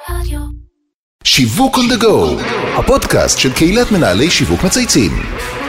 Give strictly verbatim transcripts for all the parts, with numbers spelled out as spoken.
שיווק on the go, הפודקאסט של קהילת מנהלי שיווק מצייצים.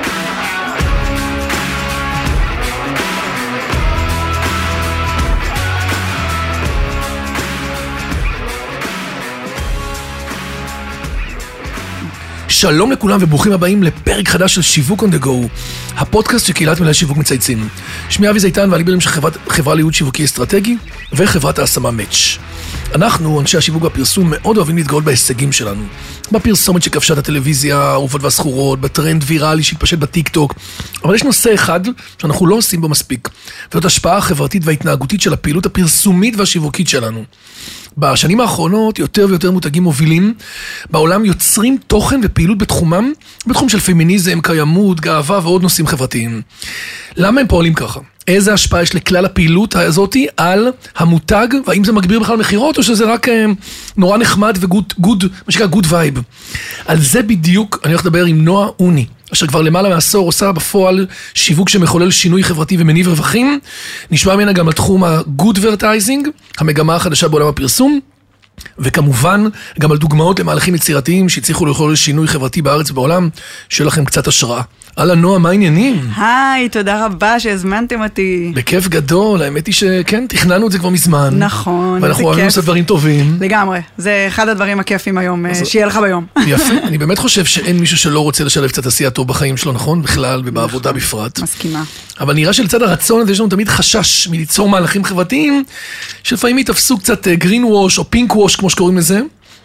שלום לכולם וברוכים הבאים לפרק חדש של שיווק on the go, הפודקאסט של קהילת מנהלי שיווק מצייצים. שמי אבי זיתן ואני בעלים של חברת, חברה לייעוץ שיווקי אסטרטגי וחברת ההשמה מאץ'. אנחנו, אנשי השיווק והפרסום, מאוד אוהבים להתגאות בהישגים שלנו. בפרסומת שכבשה את הטלוויזיה, העופות והסחורות, בטרנד ויראלי שהתפשט בטיק טוק. אבל יש נושא אחד שאנחנו לא עושים בו מספיק, וזאת השפעה החברתית וההתנהגותית של הפעילות הפרסומית והשיווקית שלנו. בשנים האחרונות יותר ויותר מותגים מובילים בעולם יוצרים תוכן ופעילות בתחומם, בתחום של פמיניזם, קיימות, גאווה ועוד נושאים חברתיים. למה הם פועלים ככה? איזה השפעה יש לכלל הפעילות הזאת על המותג, והאם זה מגביר בכלל מחירות, או שזה רק נורא נחמד וגוד, גוד, מה שנקרא גוד וייב. על זה בדיוק אני הולך לדבר עם נועה אוני, אשר כבר למעלה מעשור עושה בפועל שיווק שמחולל שינוי חברתי ומניב רווחים. נשמע ממנה גם לתחום הגודוורטייזינג, המגמה החדשה בעולם הפרסום, וכמובן גם על דוגמאות למהלכים יצירתיים שהצליחו לחולל שינוי חברתי בארץ ובעולם, שיהיה לכם קצת השראה. הלאה נועה, מה העניינים? היי, תודה רבה שהזמנתם אותי. בכיף גדול, האמת היא שכן, תכננו את זה כבר מזמן. נכון, ואנחנו אוהבים לעשות דברים טובים. לגמרי, זה אחד הדברים הכיפים היום, שיהיה לך ביום. יפה, אני באמת חושב שאין מישהו שלא רוצה לשלב קצת עשייה טוב בחיים שלו, נכון? בכלל ובעבודה בפרט. מסכימה. אבל נראה שלצד הרצון הזה יש לנו תמיד חשש מליצור מהלכים חברתיים, שלפעמים יתפסו קצת גרין ווש או פינק ווש, כמו שקוראים לזה,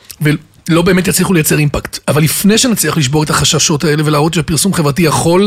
ולא באמת יצליחו לייצר אימפקט. אבל לפני שנצליח לשבור את החששות האלה ולהראות שהפרסום חברתי יכול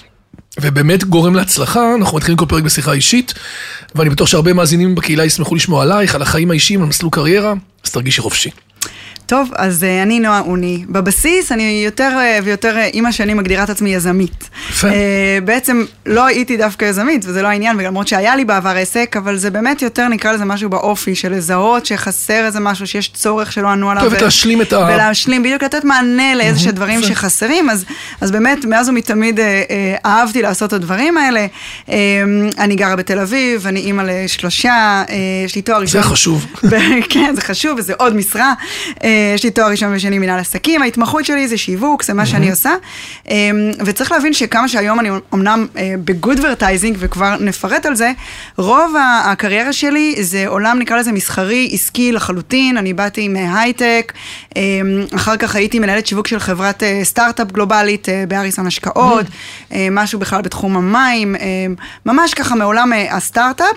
ובאמת גורם להצלחה, אנחנו מתחילים כל פרק בשיחה אישית, ואני בטוח שהרבה מאזינים בקהילה ישמחו לשמוע עלייך, על החיים האישיים, על מסלול קריירה, אז תרגישי חופשי. טוב, אז uh, אני נועה אוני. בבסיס אני יותר uh, ויותר uh, עם השני מגדירה את עצמי יזמית. יפה. Uh, בעצם לא הייתי דווקא יזמית, וזה לא העניין, ולמרות שהיה לי בעבר עסק, אבל זה באמת יותר נקרא לזה משהו באופי, של לזהות שחסר איזה משהו, שיש צורך שלא ענו עליו. טוב, ולהשלים את ה... ולהשלים, בדיוק לתת מענה לאיזה שדברים שחסרים, אז, אז באמת, מאז ומתמיד uh, uh, אהבתי לעשות את הדברים האלה. Uh, אני גרה בתל אביב, אני אימא לשלושה, uh, יש לי תואר ראשון. זה חשוב. כן, זה חשוב, וזה עוד משרה. יש לי תואר ראשון ושני מנהל עסקים, ההתמחות שלי זה שיווק, זה מה שאני עושה, וצריך להבין שכמה שהיום אני אמנם בגודוורטייזינג, וכבר נפרט על זה, רוב הקריירה שלי זה עולם נקרא לזה מסחרי, עסקי לחלוטין, אני באתי מהייטק, אחר כך הייתי מנהלת שיווק של חברת סטארט-אפ גלובלית באריסון השקעות, משהו בכלל בתחום המים, ממש ככה מעולם הסטארט-אפ.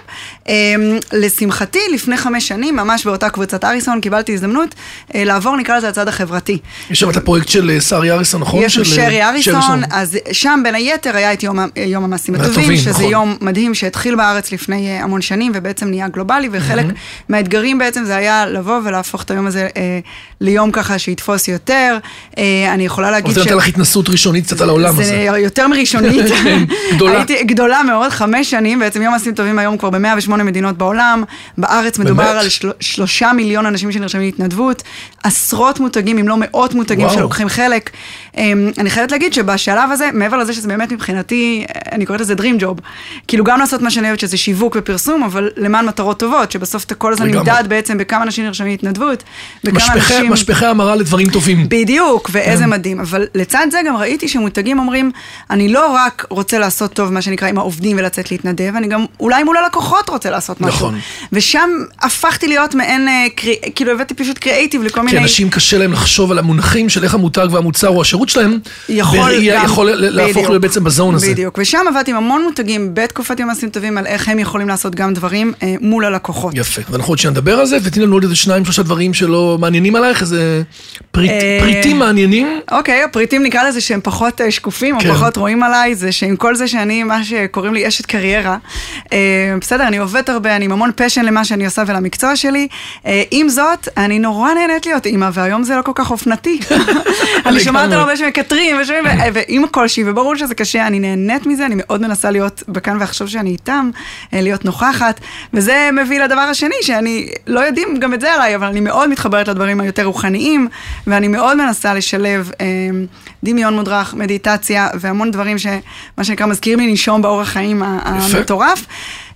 לשמחתי, לפני חמש שנים, ממש באותה קבוצת אריסון, קיבלתי הזדמנות לעבור נקרא לזה הצד החברתי. יש שם את הפרויקט של שרי אריסון, נכון? יש שרי אריסון, אז שם בין היתר היה את יום, יום המעשים הטובים, שזה נכון. יום מדהים שהתחיל בארץ לפני המון שנים, ובעצם נהיה גלובלי, וחלק mm-hmm. מהאתגרים בעצם זה היה לבוא ולהפוך את היום הזה אה, ליום ככה שיתפוס יותר. אה, אני יכולה להגיד ש... זה נתן לך התנסות ראשונית קצת על העולם הזה. זה יותר מראשונית. גדולה. הייתי גדולה מאוד, חמש שנים, בעצם יום המעשים טובים היום כבר ב-מאה ושמונה מדינות בעולם, בארץ מדובר על של... שלושה מיליון אנשים שנרשמים להתנדבות, עשרות מותגים, אם לא מאות מותגים וואו. שלוקחים חלק. אני חייבת להגיד שבשלב הזה, מעבר לזה שזה באמת מבחינתי, אני קוראת לזה dream job. כאילו גם לעשות מה שאני אוהבת שזה שיווק ופרסום, אבל למען מטרות טובות, שבסוף אתה כל הזמן נמדד בעצם בכמה אנשים נרשמים להתנדבות, בכמה אנשים... משפחי המרה לדברים טובים. בדיוק, ואיזה מדהים. אבל לצד זה גם ראיתי שמותגים אומרים, אני לא רק רוצה לעשות טוב מה שנקרא עם העובדים ולצאת להתנדב, אני גם אולי מול הלקוחות רוצה לעשות משהו. נכון. ושם הפכתי להיות מעין, כאילו הבאתי פשוט קריאייטיב לכל מיני... כי אנשים קשה להם לחשוב על המונחים של איך המותג והמוצר או השירות שלהם, יכול, גם, יכול להפוך להיות בעצם בזון הזה. בדיוק, ושם עבדתי עם המון מותגים בתקופת יום המעשים טובים על איך הם יכולים לעשות גם דברים אה, מול הלקוחות. יפה, ואנחנו עוד שנדבר על זה, ותני לנו עוד איזה שניים, שלושה דברים שלא מעניינים עלייך, איזה פריט, אה, פריטים מעניינים. אוקיי, הפריטים נקרא לזה שהם פחות שקופים, כן. או פחות רואים עליי, זה שעם כל זה שאני, מה שקוראים לי אשת קריירה, אה, בסדר, אני עובדת הרבה, אני עם המון פשן למה שאני עושה ולמקצוע שלי, אה, עם זאת, אני נורא נהנית להיות אימא, והיום זה לא כל כך אופנתי. אני שומעת על הרבה שמקטרים, ועם הקושי, וברור שזה קשה, אני נהנית מזה, אני מאוד מנסה להיות בכאן ואחשוב שאני איתם, להיות נוכחת, וזה מביא לדבר השני, שאני לא יודעים גם את זה עליי, אבל אני מאוד מתחברת לדברים היותר רוחניים, ואני מאוד מנסה לשלב דמיון מודרך, מדיטציה, והמון דברים שמה שנקרא מזכירים לי נשום באורח חיים המטורף.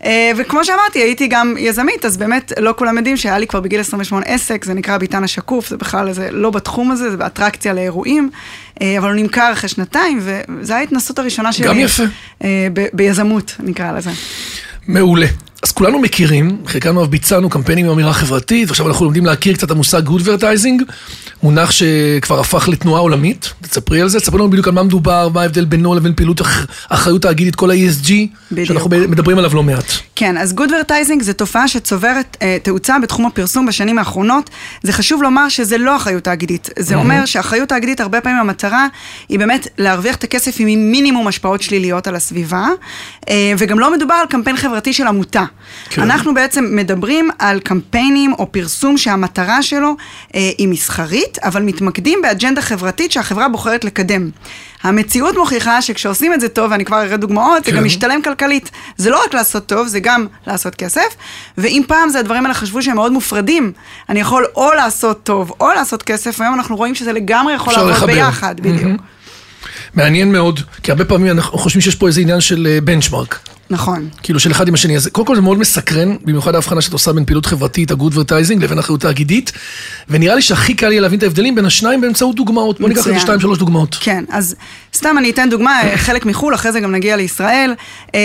וכמו שאמרתי, הייתי גם יזמית, אז באמת לא כולם יודעים שהיה לי כבר בגיל עשרים ושמונה עסק, זה נקרא ביתן השקוף, זה בכלל זה לא בתחום הזה, זה באטרקציה לאירועים, אבל הוא נמכר אחרי שנתיים, וזו ההתנסות הראשונה שלי. גם יפה. ב- ביזמות, נקרא לזה. מעולה. אז כולנו מכירים, חלקנו ביצענו קמפיינים עם אמירה חברתית, ועכשיו אנחנו לומדים להכיר קצת המושג Good Advertising, מונח שכבר הפך לתנועה עולמית, תספרי על זה, תספרי לנו בדיוק על מה מדובר, מה ההבדל בינו לבין פעילות אחריות תאגידית, כל ה-E S G, בדיוק. שאנחנו מדברים עליו לא מעט. כן, אז Good Advertising זה תופעה שצוברת אה, תאוצה בתחום הפרסום בשנים האחרונות, זה חשוב לומר שזה לא אחריות תאגידית, זה mm-hmm. אומר שאחריות תאגידית הרבה פעמים המטרה היא באמת להרוויח את הכסף עם מינימום השפעות שליליות על הסביבה, אה, וגם לא מדובר על קמפיין חברתי של עמותה. כן. אנחנו בעצם מדברים על קמפיינים או פרסום שהמטרה שלו אה, היא מסחרית, אבל מתמקדים באג'נדה חברתית שהחברה בוחרת לקדם. המציאות מוכיחה שכשעושים את זה טוב, ואני כבר אראה דוגמאות, כן. זה גם משתלם כלכלית. זה לא רק לעשות טוב, זה גם לעשות כסף, ואם פעם זה הדברים האלה חשבו שהם מאוד מופרדים, אני יכול או לעשות טוב, או לעשות כסף, והיום אנחנו רואים שזה לגמרי יכול לעבוד לחבר. ביחד, בדיוק. Mm-hmm. מעניין מאוד, כי הרבה פעמים אנחנו חושבים שיש פה איזה עניין של בנצ'מרק. נכון. כאילו של אחד עם השני. אז קודם כל זה מאוד מסקרן, במיוחד ההבחנה שאת עושה בין פעילות חברתית, ה-Good Advertising, לבין אחריות תאגידית, ונראה לי שהכי קל לי להבין את ההבדלים בין השניים באמצעות דוגמאות. בוא ניקח את שתיים, שלוש דוגמאות. כן, אז סתם אני אתן דוגמה, חלק מחול, אחרי זה גם נגיע לישראל.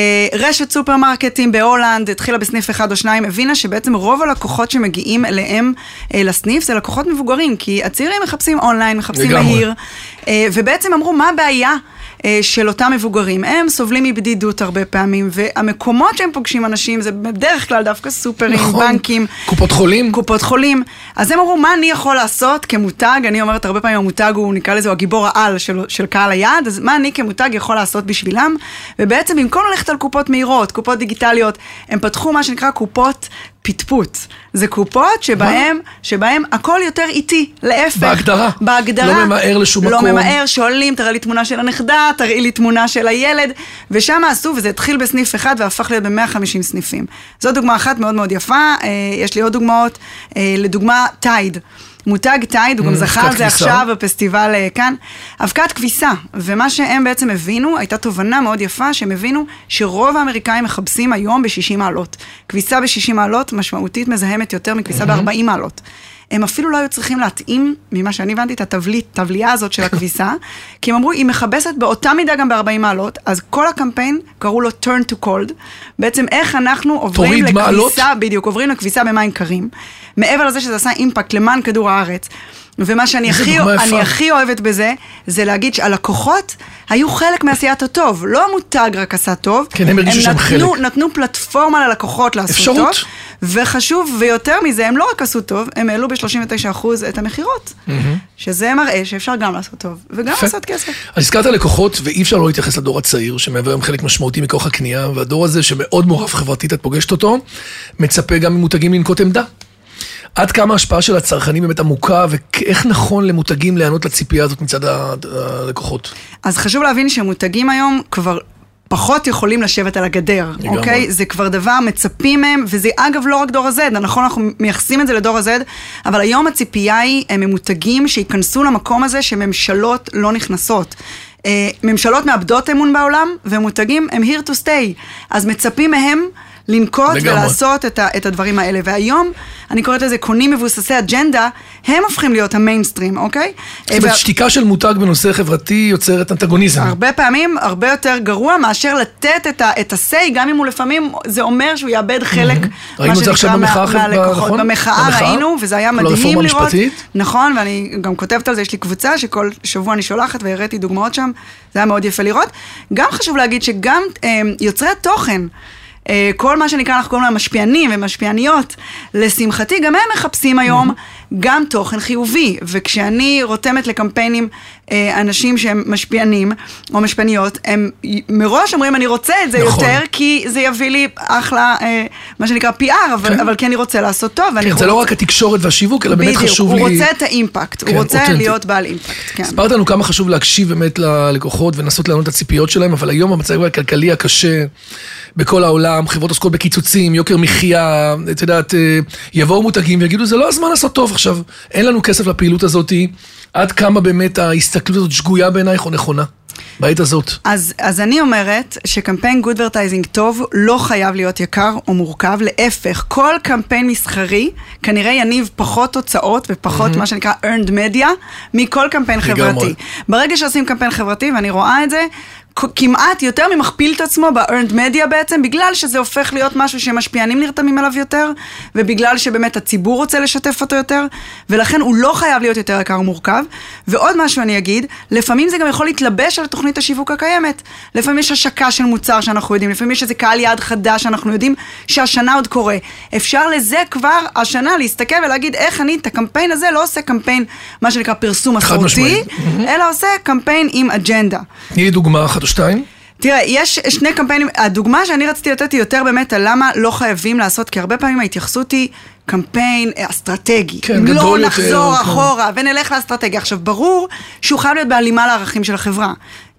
רשת סופרמרקטים בהולנד, התחילה בסניף אחד או שניים, הבינה שבעצם רוב הלקוחות שמגיעים אליהם לסניף, זה לקוחות מבוגרים, כי הצעירים מחפשים אונליין, מחפשים מהיר, ובעצם אמרו, מה הבעיה של אותם מבוגרים? הם סובלים מבדידות הרבה פעמים, והמקומות שהם פוגשים אנשים, זה בדרך כלל דווקא סופרים, נכון. בנקים. קופות חולים. קופות חולים. אז הם אמרו, מה אני יכול לעשות כמותג? אני אומרת, הרבה פעמים המותג הוא, נקרא לזה, הוא הגיבור העל של, של קהל היעד, אז מה אני כמותג יכול לעשות בשבילם? ובעצם, במקום ללכת על קופות מהירות, קופות דיגיטליות, הם פתחו מה שנקרא קופות פטפוט. זה קופות שבהם, שבהם הכל יותר איטי, להפך. בהגדרה. בהגדרה. לא ממהר לשום לא מקום. לא ממהר, שואלים, תראה לי תמונה של הנכדה, תראי לי תמונה של הילד, ושם עשו, וזה התחיל בסניף אחד, והפך להיות ב-מאה וחמישים סניפים. זו דוגמה אחת מאוד מאוד יפה, יש לי עוד דוגמאות, לדוגמה, טייד. מותג טייד, הוא גם זכה על זה עכשיו בפסטיבל כאן, אבקת כביסה, ומה שהם בעצם הבינו, הייתה תובנה מאוד יפה, שהם הבינו שרוב האמריקאים מחפשים היום ב-שישים מעלות. כביסה ב-שישים מעלות משמעותית מזהמת יותר מכביסה ב-ארבעים מעלות. הם אפילו לא היו צריכים להתאים, ממה שאני הבנתי, את התבליעה הזאת של הכביסה, כי הם אמרו, היא מחבסת באותה מידה גם ב-ארבעים מעלות, אז כל הקמפיין קראו לו turn to cold, בעצם איך אנחנו עוברים לכביסה, בדיוק, עוברים לכביסה במים קרים, מעבר לזה שזה עשה אימפקט למען כדור הארץ, ומה שאני הכי, אני הכי אוהבת בזה, זה להגיד שהלקוחות היו חלק מעשיית הטוב, לא המותג רק עשה טוב, כן, הם הרגישו שם חלק. נתנו, נתנו פלטפורמה ללקוחות לעשות אפשרות. טוב, וחשוב ויותר מזה, הם לא רק עשו טוב, הם העלו ב-שלושים ותשעה אחוז את המחירות, mm-hmm. שזה מראה שאפשר גם לעשות טוב, וגם ף... לעשות כסף. אז הזכרת לקוחות, ואי אפשר לא להתייחס לדור הצעיר, שמהווה היום חלק משמעותי מכוח הקנייה, והדור הזה שמאוד מעורב חברתית, את פוגשת אותו, מצפה גם ממותגים לנקוט עמדה. עד כמה ההשפעה של הצרכנים באמת עמוקה, ואיך נכון למותגים לענות לציפייה הזאת מצד הלקוחות? אז חשוב להבין שמותגים היום כבר פחות יכולים לשבת על הגדר, אוקיי? זה כבר דבר, מצפים מהם, וזה אגב לא רק דור ה-Z, נכון, אנחנו מייחסים את זה לדור ה-Z, אבל היום הציפייה היא, הם ממותגים שיכנסו למקום הזה שממשלות לא נכנסות. ממשלות מאבדות אמון בעולם, ומותגים הם here to stay. אז מצפים מהם לנקוט ולעשות את, ה, את הדברים האלה. והיום, אני קוראת לזה, קונים מבוססי אג'נדה, הם הופכים להיות המיינסטרים, אוקיי? זאת אומרת, שתיקה של מותג בנושא חברתי יוצרת אנטגוניזם. הרבה פעמים, הרבה יותר גרוע, מאשר לתת את, ה, את ה-say, גם אם הוא לפעמים, זה אומר שהוא יאבד חלק, מה שנקרא מהלקוחות. במחאה ראינו, וזה היה מדהים לראות. נכון, ואני גם כותבת על זה, יש לי קבוצה, שכל שבוע אני שולחת, והראיתי דוגמאות שם, זה היה מאוד יפה לראות. גם חשוב להגיד שגם יוצרי התוכן, כל מה שנקרא אנחנו קוראים להם משפיענים ומשפיעניות, לשמחתי גם הם מחפשים היום גם תוכן חיובי, וכשאני רותמת לקמפיינים אנשים שהם משפיענים או משפיעניות, הם מראש אומרים אני רוצה את זה יותר, כי זה יביא לי אחלה, מה שנקרא פי אר, אבל כי אני רוצה לעשות טוב. זה לא רק התקשורת והשיווק, אלא באמת חשוב לי... הוא רוצה את האימפקט, הוא רוצה להיות בעל אימפקט. הסברת לנו כמה חשוב להקשיב באמת ללקוחות ולנסות לענות את הציפיות שלהם, אבל היום המצב הכלכלי הקשה בכל העולם, חברות עוסקות בקיצוצים, יוקר מחיה, את יודעת, יבואו מותגים ויגידו, זה לא הזמן לעשות טוב עכשיו, אין לנו כסף לפעילות הזאת, עד כמה באמת ההסתכלות הזאת שגויה בעינייך או נכונה? בעת הזאת? אז, אז אני אומרת שקמפיין גודוורטייזינג טוב לא חייב להיות יקר או מורכב, להפך, כל קמפיין מסחרי כנראה יניב פחות תוצאות ופחות mm-hmm. מה שנקרא earned media מכל קמפיין חברתי. ברגע שעושים קמפיין חברתי, ואני רואה את זה, כמעט יותר ממכפיל את עצמו ב-earned media בעצם, בגלל שזה הופך להיות משהו שמשפיענים נרתמים עליו יותר, ובגלל שבאמת הציבור רוצה לשתף אותו יותר, ולכן הוא לא חייב להיות יותר יקר ומורכב. ועוד משהו אני אגיד, לפעמים זה גם יכול להתלבש על תוכנית השיווק הקיימת. לפעמים יש השקה של מוצר שאנחנו יודעים, לפעמים יש איזה קהל יעד חדש שאנחנו יודעים שהשנה עוד קורה. אפשר לזה כבר השנה להסתכל ולהגיד איך אני את הקמפיין הזה לא עושה קמפיין, מה שנקרא פרסום מסורתי, אלא עושה קמפיין עם אג'נדה. תני לי דוגמה אחת או שתיים. תראה, יש שני קמפיינים, הדוגמה שאני רציתי לתת היא יותר באמת על למה לא חייבים לעשות, כי הרבה פעמים ההתייחסות היא קמפיין אסטרטגי. כן, לא גדול נחזור יותר, אחורה כן. ונלך לאסטרטגיה. עכשיו, ברור שהוא חייב להיות בהלימה לערכים של החברה.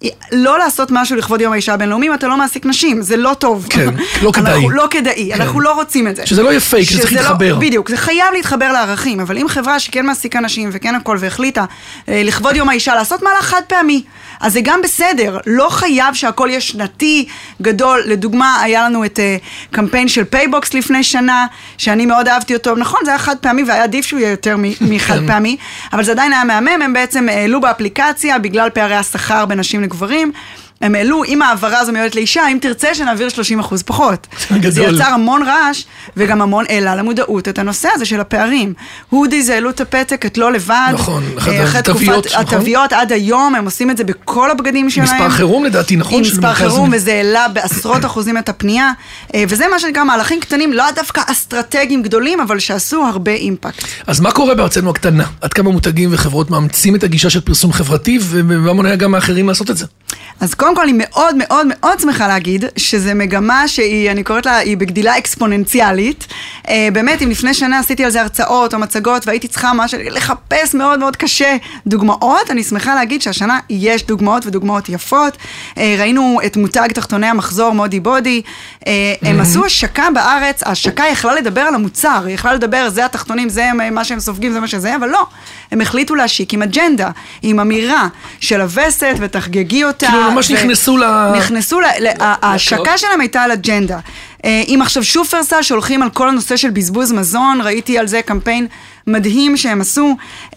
לא לעשות משהו לכבוד יום האישה הבינלאומי, אם אתה לא מעסיק נשים, זה לא טוב. כן, לא כדאי. אנחנו לא כדאי, כן. אנחנו לא רוצים את זה. שזה לא יהיה פייק, זה צריך להתחבר. לא, בדיוק, זה חייב להתחבר לערכים, אבל אם חברה שכן מעסיקה נשים וכן הכל והחליטה אה, לכבוד יום האישה לעשות מהלך חד פעמי, אז זה גם בסדר, לא חייב שהכל יהיה שנתי גדול. לדוגמה, היה לנו את uh, קמפיין של פייבוקס לפני שנה, שאני מאוד אהבתי אותו. נכון, זה היה חד פעמי, והיה עדיף שהוא יהיה יותר מחד פעמי, אבל זה עדיין היה מהמם. הם בעצם העלו באפליקציה, בגלל פערי השכר בין נשים לגברים, הם העלו, אם העברה הזו מיועדת לאישה, אם תרצה שנעביר שלושים אחוז פחות. זה יצר המון רעש, וגם המון העלה למודעות את הנושא הזה של הפערים. הודיז העלו את הפתק, את לא לבד. נכון, התוויות, התוויות עד היום, הם עושים את זה בכל הבגדים שלהם. מספר חירום לדעתי, נכון? עם מספר חירום, וזה העלה בעשרות אחוזים את הפנייה, וזה מה שנקרא מהלכים קטנים, לא דווקא אסטרטגיים גדולים, אבל שעשו הרבה אימפקט. אז מה קורה בארצנו הקטנה? עד כמה מותגים וחברות מאמצים את הגישה של פרסום חברתי, ומה מונע גם מאחרים לעשות את זה? אז קודם כל אני מאוד מאוד מאוד שמחה להגיד שזה מגמה שהיא, אני קוראת לה, היא בגדילה אקספוננציאלית. אה, באמת, אם לפני שנה עשיתי על זה הרצאות או מצגות והייתי צריכה משהו לחפש מאוד מאוד קשה דוגמאות, אני שמחה להגיד שהשנה יש דוגמאות ודוגמאות יפות. אה, ראינו את מותג תחתוני המחזור מודי בודי, אה, הם עשו השקה בארץ, ההשקה יכלה לדבר על המוצר, היא יכלה לדבר, זה התחתונים, זה מה שהם סופגים, זה מה שזה, אבל לא. הם החליטו להשיק עם אג'נדה, עם אמירה של הווסת ותחגגי אותה. כאילו ממש נכנסו ל... נכנסו ל... ההשקה שלהם הייתה על אג'נדה. אם עכשיו שופרסל שהולכים על כל הנושא של בזבוז מזון, ראיתי על זה קמפיין מדהים שהם עשו,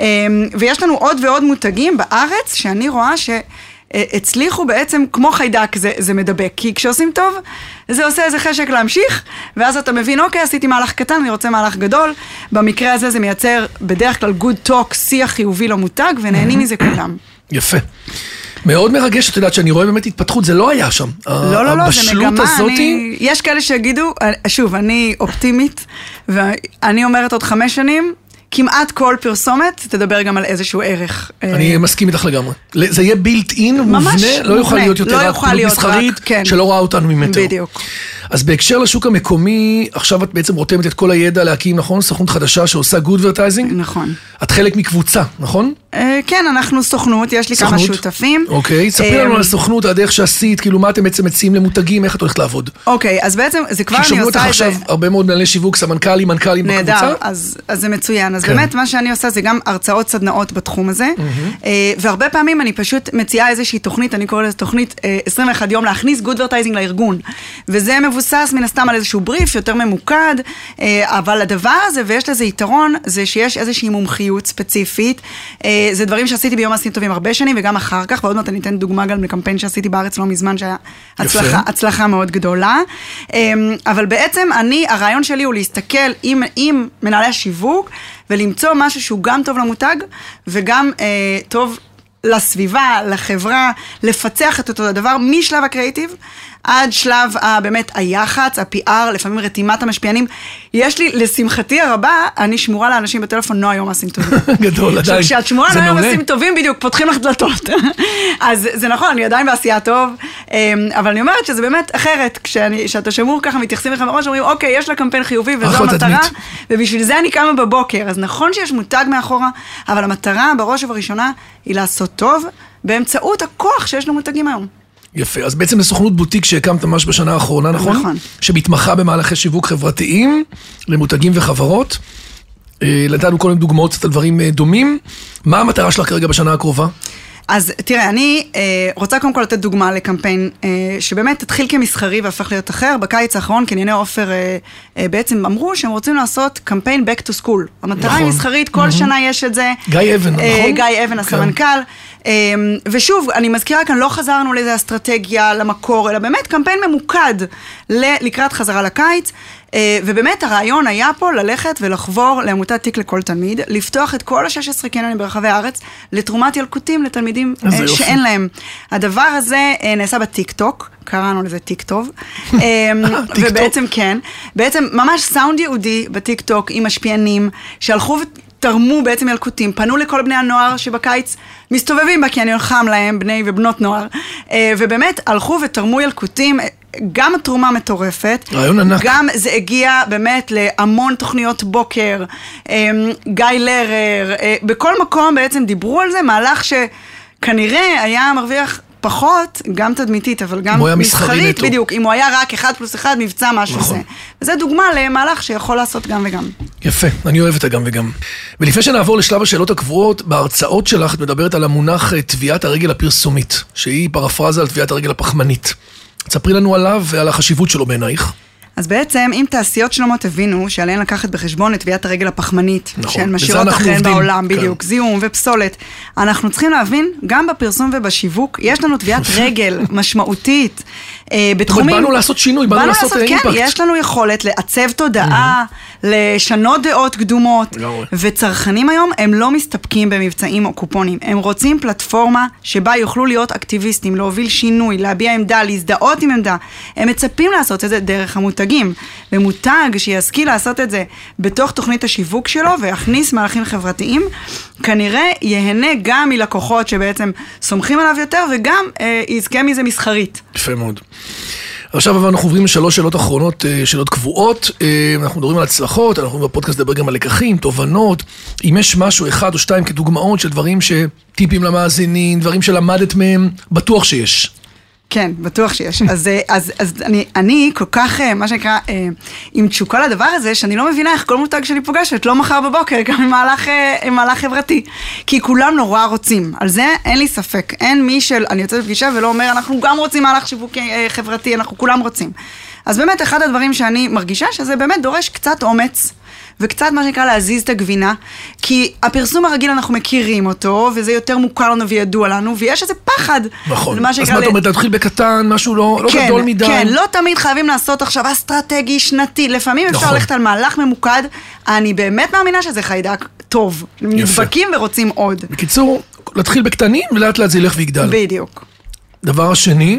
ויש לנו עוד ועוד מותגים בארץ שאני רואה ש... הצליחו בעצם, כמו חיידק זה, זה מדבק, כי כשעושים טוב, זה עושה איזה חשק להמשיך, ואז אתה מבין, אוקיי, עשיתי מהלך קטן, אני רוצה מהלך גדול, במקרה הזה זה מייצר בדרך כלל good talk, שיח חיובי למותג, ונהנים מזה כולם. יפה. מאוד מרגש, את יודעת שאני רואה באמת התפתחות, זה לא היה שם. לא, לא, לא, זה מגמה, אני... יש כאלה שיגידו, שוב, אני אופטימית, ואני אומרת עוד חמש שנים, כמעט כל פרסומת תדבר גם על איזשהו ערך. אני מסכים איתך לגמרי. זה יהיה בילט אין, מובנה, לא יוכל להיות יותר רק פעילות מסחרית, שלא רואה אותנו ממטר. בדיוק. אז בהקשר לשוק המקומי, עכשיו את בעצם רותמת את כל הידע להקים, נכון? סוכנות חדשה שעושה גודוורטייזינג? נכון. את חלק מקבוצה, נכון? כן, אנחנו סוכנות, יש לי כמה שותפים. אוקיי, ספרי לנו על הסוכנות, עד איך שעשית, כאילו מה אתם בעצם מציעים למותגים, איך את הולכת לעבוד? אוקיי, אז בעצם, זה כבר אני עושה את זה. כי שומעו אותך עכשיו הרבה מאוד מנהלי שיווק, סמנכ"לים, מנכ"לים בקבוצה. נהדר, אז זה מצוין. אז באמת מה שאני עושה זה גם הרצאות סדנאות בתחום הזה, והרבה פעמים אני פשוט מציעה איזושהי תוכנית, אני קורא לזה תוכנית עשרים ואחד יום להכניס גודוורטייזינג לארגון, וזה מבוסס מן הסתם על איזשהו בריף יותר ממוקד, אבל הדבר הזה, ויש לזה יתרון, זה שיש איזושהי מומחיות ספציפית, זה דברים שעשיתי ביום מעשים טובים הרבה שנים, וגם אחר כך, ועוד מעט אני אתן דוגמה גם לקמפיין שעשיתי בארץ לא מזמן, שהיה הצלחה, הצלחה מאוד גדולה, אבל בעצם אני, הרעיון שלי הוא להסתכל עם, עם מנהלי השיווק, ולמצוא משהו שהוא גם טוב למותג, וגם אה, טוב לסביבה, לחברה, לפצח את אותו הדבר, משלב הקריאיטיב, עד שלב ה, באמת היחץ, ה-פי אר, לפעמים רתימת המשפיענים. יש לי, לשמחתי הרבה, אני שמורה לאנשים בטלפון, לא היום מעשים טובים. גדול, עדיין. כשאת שמורה לא היום מעשים טובים, בדיוק, פותחים לך דלתות. אז זה נכון, אני עדיין בעשייה טוב, אבל אני אומרת שזה באמת אחרת, כשאתה שמור ככה, מתייחסים לך ממש, אומרים, אוקיי, יש לה קמפיין חיובי, וזו המטרה, ובשביל זה אני קמה בבוקר. אז נכון שיש מותג מאחורה, אבל המטרה בראש ובראשונה היא לעשות טוב, באמצעות הכוח שיש למותגים היום. יפה, אז בעצם לסוכנות בוטיק שהקמת ממש בשנה האחרונה, נכון? נכון. שמתמחה במהלכי שיווק חברתיים, למותגים וחברות. נתנו כל מיני דוגמאות קצת על דברים דומים. מה המטרה שלך כרגע בשנה הקרובה? אז תראה, אני אה, רוצה קודם כל לתת דוגמה לקמפיין אה, שבאמת תתחיל כמסחרי והפך להיות אחר. בקיץ האחרון, קנייני עופר אה, אה, בעצם אמרו שהם רוצים לעשות קמפיין back to school. המטרה נכון. היא מסחרית, כל mm-hmm. שנה יש את זה. גיא אבן, אה, נכון? גיא אבן, הסמנכ"ל. אה, ושוב, אני מזכירה כאן, לא חזרנו לאיזה אסטרטגיה, למקור, אלא באמת קמפיין ממוקד ל- לקראת חזרה לקיץ. ובאמת הרעיון היה פה ללכת ולחבור לעמותת תיק לכל תלמיד, לפתוח את כל ה-שש עשרה קניונים ברחבי הארץ, לתרומת ילקוטים לתלמידים שאין להם. הדבר הזה נעשה בטיק-טוק, קראנו לזה טיק-טוב, ובעצם כן, בעצם ממש סאונד יהודי בטיק-טוק עם משפיענים, שהלכו ותרמו בעצם ילקוטים, פנו לכל בני הנוער שבקיץ מסתובבים בקניון חם להם, בני ובנות נוער, ובאמת הלכו ותרמו ילקוטים, גם התרומה מטורפת, רעיון ענק. גם זה הגיע באמת להמון תוכניות בוקר, גיא לרר, בכל מקום בעצם דיברו על זה, מהלך שכנראה היה מרוויח פחות, גם תדמיתית, אבל גם מסחרית, בדיוק, אם הוא היה רק אחד פלוס אחד, מבצע משהו זה. וזה דוגמה למהלך שיכול לעשות גם וגם. יפה, אני אוהב את הגם וגם. ולפני שנעבור לשלב השאלות הקבועות, בהרצאות שלך את מדברת על המונח תביעת הרגל הפרסומית, שהיא פרפרזה על תביעת הרגל הפחמנית. תספרי לנו עליו ועל החשיבות שלו בעינייך. אז בעצם, אם תעשיות שלמות הבינו שעליהן לקחת בחשבון את תביעת הרגל הפחמנית, נכון, שהן משאירות אחריהן בעולם, כן. בדיוק, זיהום ופסולת, אנחנו צריכים להבין, גם בפרסום ובשיווק, יש לנו תביעת רגל משמעותית, אה, בתחומים... באנו לעשות שינוי, באנו, באנו לעשות, לעשות אימפקט. כן, יש לנו יכולת לעצב תודעה, mm-hmm. לשנות דעות קדומות, וצרכנים היום הם לא מסתפקים במבצעים או קופונים, הם רוצים פלטפורמה שבה יוכלו להיות אקטיביסטים, להוביל שינוי, להביע עמדה, להזדהות עם עמדה, הם מצפים לעשות את זה דרך המותגים, ומותג שישכיל לעשות את זה בתוך תוכנית השיווק שלו, ויכניס מהלכים חברתיים, כנראה יהנה גם מלקוחות שבעצם סומכים עליו יותר, וגם אה, יזכה מזה מסחרית. יפה מאוד. עכשיו אבל אנחנו עוברים לשלוש שאלות אחרונות, שאלות קבועות, אנחנו מדברים על הצלחות, אנחנו בפודקאסט מדבר גם על לקחים, תובנות, אם יש משהו אחד או שתיים כדוגמאות של דברים שטיפים למאזינים, דברים שלמדת מהם, בטוח שיש. כן, בטוח שיש. אז, אז, אז אני, אני כל כך, מה שנקרא, עם תשוקה לדבר הזה, שאני לא מבינה איך כל מותג שלי פוגשת, לא מחר בבוקר, גם עם מהלך, עם מהלך חברתי. כי כולם נורא רוצים. על זה אין לי ספק. אין מי של, אני יוצאת בפגישה ולא אומר, אנחנו גם רוצים מהלך שיווק חברתי, אנחנו כולם רוצים. אז באמת, אחד הדברים שאני מרגישה, שזה באמת דורש קצת אומץ, וקצת מה שנקרא להזיז את הגבינה, כי הפרסום הרגיל אנחנו מכירים אותו, וזה יותר מוכר לנו וידוע לנו, ויש איזה פחד. נכון, אז מה אתה אומרת, להתחיל בקטן, משהו לא גדול מדי. כן, לא תמיד חייבים לעשות עכשיו אסטרטגי, שנתי, לפעמים אפשר ללכת על מהלך ממוקד, אני באמת מאמינה שזה חיידק טוב, נדבקים ורוצים עוד. בקיצור, להתחיל בקטנים, ולאט לאט זה ילך ויגדל. בדיוק. דבר השני...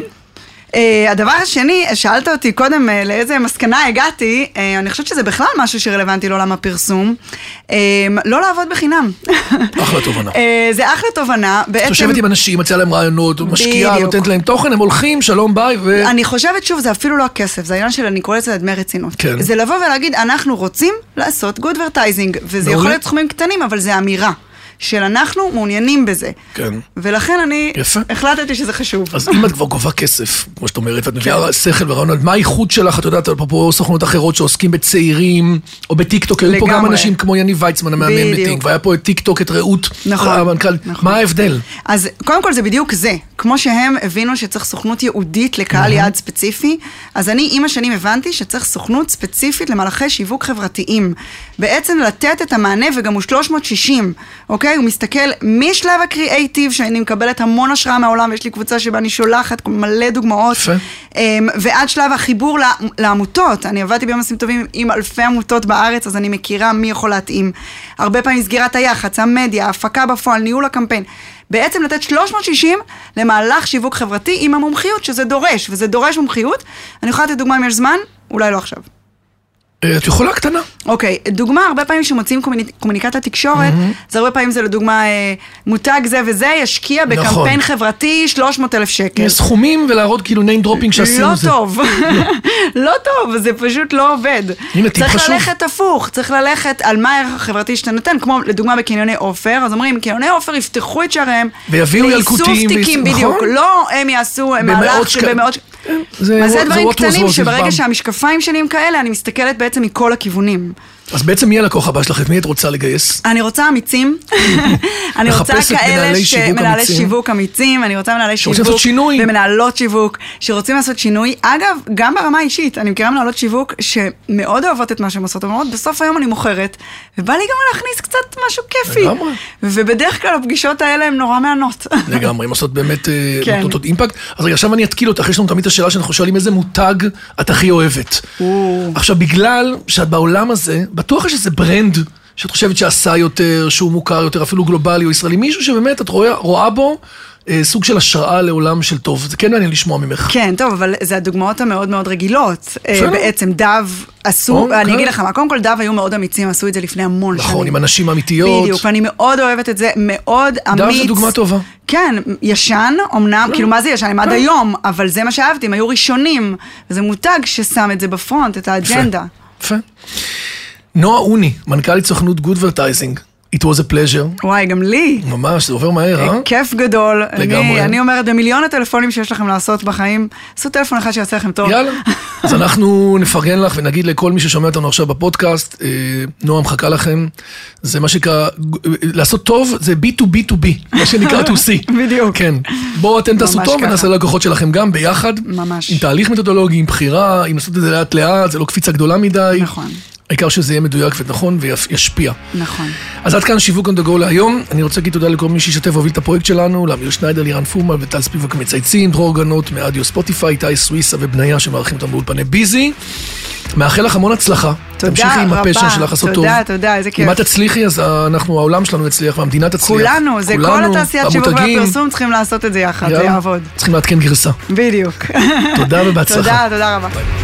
Uh, הדבר השני, שאלת אותי קודם uh, לאיזה מסקנה הגעתי, uh, אני חושבת שזה בכלל משהו שרלוונטי לעולם הפרסום, uh, לא לעבוד בחינם. אחלה תובנה. uh, זה אחלה תובנה. בעצם... חושבת עם אנשים, מציע להם רעיונות, משקיעה, נותנת להם תוכן, הם הולכים, שלום ביי. ו... אני חושבת שוב, זה אפילו לא הכסף, זה העניין של, אני קוראת לזה דמי רצינות. כן. זה לבוא ולהגיד, אנחנו רוצים לעשות good advertising, וזה יכול להיות סכומים קטנים, אבל זה אמירה. של אנחנו מעוניינים בזה. כן. ולכן אני יפה. החלטתי שזה חשוב. אז אם את כבר גובה כסף, כמו שאת אומרת, ואת מביאה שכל ורעיונות, מה האיכות שלך? את יודעת, פה סוכנות אחרות שעוסקים בצעירים, או בטיקטוק, היו פה גם אנשים כמו יניב ויצמן, המאמן בטינק, והיה פה את טיקטוק, את רעות, המנכ"ל. מה ההבדל? אז קודם כל זה בדיוק זה. כמו שהם הבינו שצריך סוכנות ייעודית לקהל יעד ספציפי, אז אני עם השנים הבנתי שצריך סוכנות ספציפית למהלכי שיווק חברתיים. בעצם לתת את המענה וגם הוא שלוש מאות שישים, אוקיי? הוא מסתכל משלב הקריאייטיב, שאני מקבלת המון השראה מהעולם, ויש לי קבוצה שבה אני שולחת מלא דוגמאות, ועד שלב החיבור לעמותות. אני עבדתי ביום עושים טובים עם אלפי עמותות בארץ, אז אני מכירה מי יכול להתאים. הרבה פעמים סגירת היח"צ, המדיה, ההפקה בפועל, ניהול הקמפיין. בעצם לתת שלוש מאות שישים למהלך שיווק חברתי עם המומחיות שזה דורש, וזה דורש מומחיות. אני יכולה לתת דוגמה אם יש זמן, אולי לא עכשיו. את יכולה קטנה. אוקיי, דוגמה, הרבה פעמים שמוצאים קומוניקת התקשורת, זה הרבה פעמים זה לדוגמה מותג זה וזה, ישקיע בקמפיין חברתי שלוש מאות אלף שקל. סכומים ולהראות כאילו name dropping שעשינו זה. לא טוב, לא טוב, זה פשוט לא עובד. צריך ללכת הפוך, צריך ללכת על מה הערך החברתי שאתה נותן, כמו לדוגמה בקניוני עופר, אז אומרים, קניוני עופר יפתחו את שעריהם, ויביאו ילקוטים, תיקים בדיוק, לא הם יעשו מהלך שבמאות... אז זה דברים קטנים שברגע שהמשקפיים שלי הם כאלה, אני מסתכלת בעצם מכל הכיוונים. אז בעצם מי הלקוח הבא שלך? את מי את רוצה לגייס? אני רוצה אמיצים. אני רוצה כאלה שמנהלי שיווק אמיצים, אני רוצה מנהלי שיווק ומנהלות שיווק, שרוצים לעשות שינוי. אגב, גם ברמה האישית, אני מכירה מנהלות שיווק שמאוד אוהבות את מה שהן עושות, אומרות, בסוף היום אני מוכרת, ובא לי גם להכניס קצת משהו כיפי. לגמרי. ובדרך כלל הפגישות האלה הן נורא מענות. לגמרי, הן עושות באמת נותנות אימפקט. אז רגע, עכשיו אני אתקיל אותך, יש לנו תמיד השאלה שאנחנו שואלים איזה מותג את הכי אוהבת. עכשיו, בגלל שאת בעולם הזה, בטוח יש איזה ברנד שאת חושבת שעשה יותר, שהוא מוכר יותר, אפילו גלובלי או ישראלי, מישהו שבאמת את רואה, רואה בו אה, סוג של השראה לעולם של טוב. זה כן מעניין לשמוע ממך. כן, טוב, אבל זה הדוגמאות המאוד מאוד רגילות. אה, בעצם דב עשו, או, אני כן. אגיד לך מה, קודם כל דב היו מאוד אמיצים, עשו את זה לפני המון נכון, שנים. עם אנשים אמיתיות. בדיוק, ואני מאוד אוהבת את זה, מאוד אמיץ. דב זה דוגמה טובה. כן, ישן, אמנם, כאילו מה זה ישן, הם עד היום, אבל זה מה שאהבתי, הם היו ראשונים, וזה מותג ששם את זה בפרונט, את האג'נדה. יפה. נועה אוני, מנכ"לית סוכנות גודברטייזינג. It was a pleasure. וואי, גם לי. ממש, זה עובר מהר, אה? כיף גדול. לגמרי. אני, אני אומרת, במיליון הטלפונים שיש לכם לעשות בחיים, עשו טלפון אחד שיעשה לכם טוב. יאללה. אז אנחנו נפרגן לך ונגיד לכל מי ששומע אותנו עכשיו בפודקאסט, נועה מחכה לכם. זה מה שנקרא, לעשות טוב זה בי טו בי טו בי, מה שנקרא טו סי. בדיוק. כן. בואו אתם תעשו טוב ונעשה ללקוחות שלכם גם ביחד. ממש. עם תהליך מתודולוגי, עם בחירה, עם לעשות את זה לאט לאט, זה לא קפיצה גדולה מדי. נכון. העיקר שזה יהיה מדויק ונכון וישפיע. נכון. אז עד כאן שיווק on the go להיום. אני רוצה להגיד תודה לכל מי שישתף והוביל את הפרויקט שלנו, לאמיר שניידר, לירן פורמן וטל ספיבק המצייצים, דרור גנות מאדיו ספוטיפיי, טי סוויסה ובניה שמערכים אותם באולפני ביזי. מאחל לך המון הצלחה. תודה רבה. תמשיכי עם הפשן שלך לעשות טוב. תודה, תודה, איזה כיף. אם את תצליחי, אז אנחנו, העולם שלנו יצליח והמדינה תצליח. כולנו, זה כל התעשיית שיווק והפרסום צריכים לעשות את זה יחד, זה יעבוד. צריכים להתקן גרסה. בדיוק. תודה ובהצלחה. תודה, תודה רבה.